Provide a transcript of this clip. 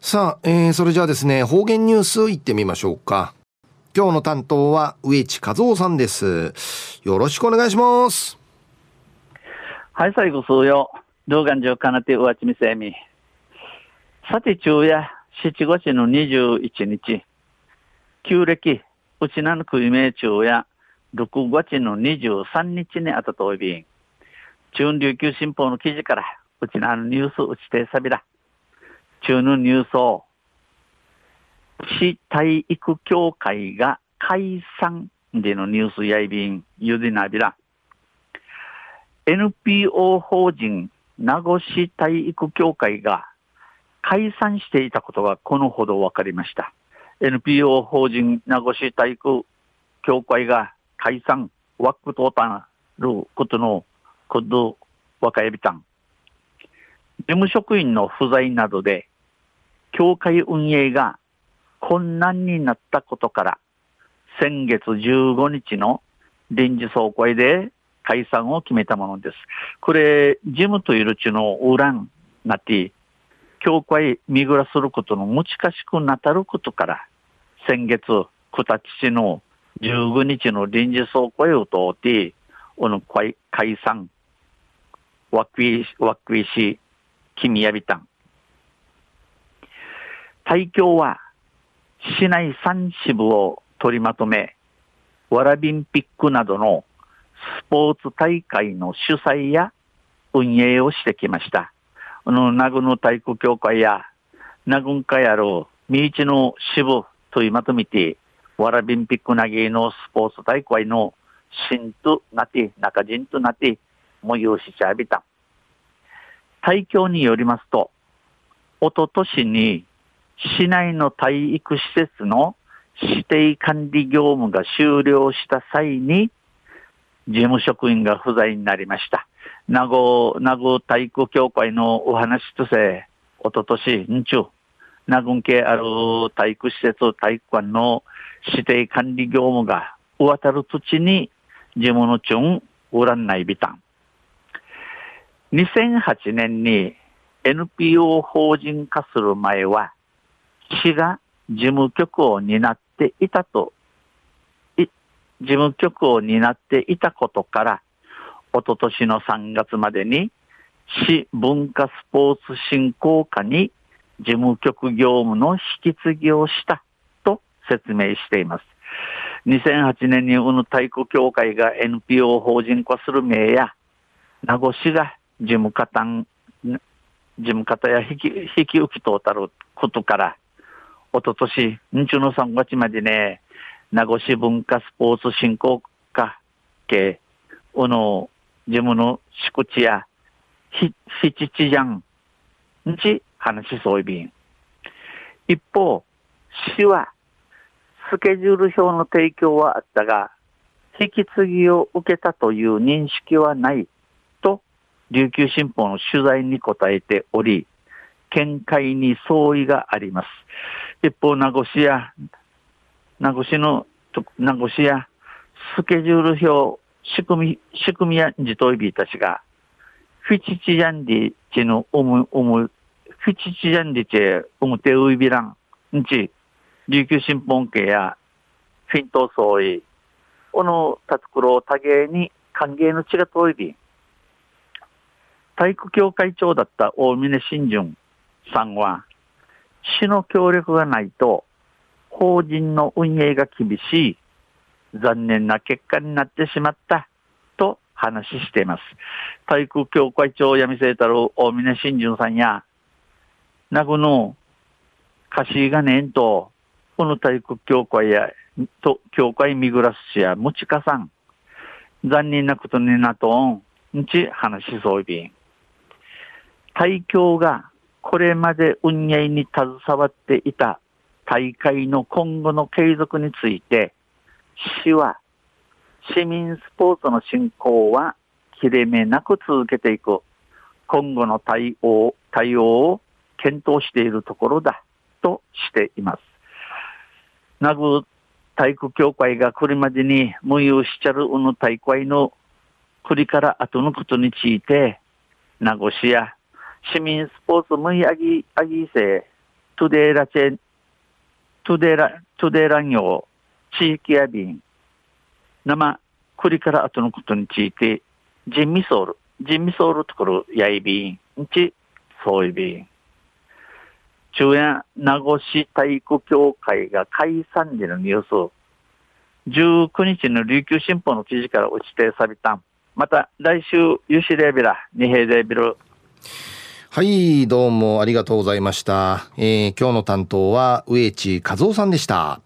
さあ、それじゃあですね、方言ニュースいってみましょうか。今日の担当は植地和夫さんです。よろしくお願いします。 はい、最後数よ。動画上かなてうわちみせみ。さて昼夜、7月の21日。旧暦、うちなのくいめ昼夜、6月の23日にあたといびん。中琉球新報の記事から、うちなのニュースうちてさびら。中のニュースを、市体育協会が解散でのニュースやいびん、ゆでなびら。NPO 法人名護市体育協会が解散していたことがこのほど分かりました。NPO 法人名護市体育協会が解散、枠とたることのこと分かりびたん。事務職員の不在などで協会運営が困難になったことから先月15日の臨時総会で解散を決めたものです。これ、事務といううちの裏になって、教会見暮らすることの難しくなたることから、先月、九田吉の15日の臨時総会を通って、解散、わくいし、君やびたん。大教は、市内3支部を取りまとめ、ワラビンピックなどのスポーツ大会の主催や運営をしてきました。名護の体育協会や名護会ある三市の支部というまとめて、ワラビンピックなぎのスポーツ大会の新となって、中人となって、催しちゃびた。大教によりますと、おととしに市内の体育施設の指定管理業務が終了した際に、事務職員が不在になりました。名護体育協会のお話とせ、おととし、名護系ある体育施設体育館の指定管理業務が渡る土地に事務のチュンウランナイビタン。2008年に NPO 法人化する前は、市が事務局を担っていたことから、おととしの3月までに市文化スポーツ振興課に事務局業務の引き継ぎをしたと説明しています。2008年に体育協会が NPO 法人化する名や、名護市が事務方や引き受けとたることから、おととし、日の3月までね、名護市文化スポーツ振興課系、事務の敷地や、ひちちじゃん、話しそういびん。一方、市は、スケジュール表の提供はあったが、引き継ぎを受けたという認識はないと、琉球新報の取材に答えており、見解に相違があります。一方、名護市やスケジュール表、仕組みや自動日たちが、フィチチジャンディチのフィチチジャンディチェテウイビラン、琉球新報系やフィント総意、タツクロ多芸に歓迎の血が遠いび、体育協会長だった大峰新順さんは、市の協力がないと、法人の運営が厳しい、残念な結果になってしまった、と話しています。体育協会長闇聖太郎大峰新順さんや、名護の貸しがねんと、この体育協会や、協会ミグラス氏やムチカさん、残念なことになと話しそうびん。体協がこれまで運営に携わっていた大会の今後の継続について、市は市民スポーツの振興は切れ目なく続けていく今後の対応を検討しているところだとしています。名護体育協会がこれまでに無有しちゃる大会のこれから後のことについて、名護市や市民スポーツ無いあぎせトゥデーラチェ、トゥデーランヨ地域やびん、生、クリから後のことについて、人味ソウルところやいびん、ち、そういびん。中夜名護市体育協会が解散時のニュース、19日の琉球新報の記事から落ちてさびたん。また来週、ユシレビラ、ニヘデビル。 はい、どうもありがとうございました。今日の担当は植地和夫さんでした。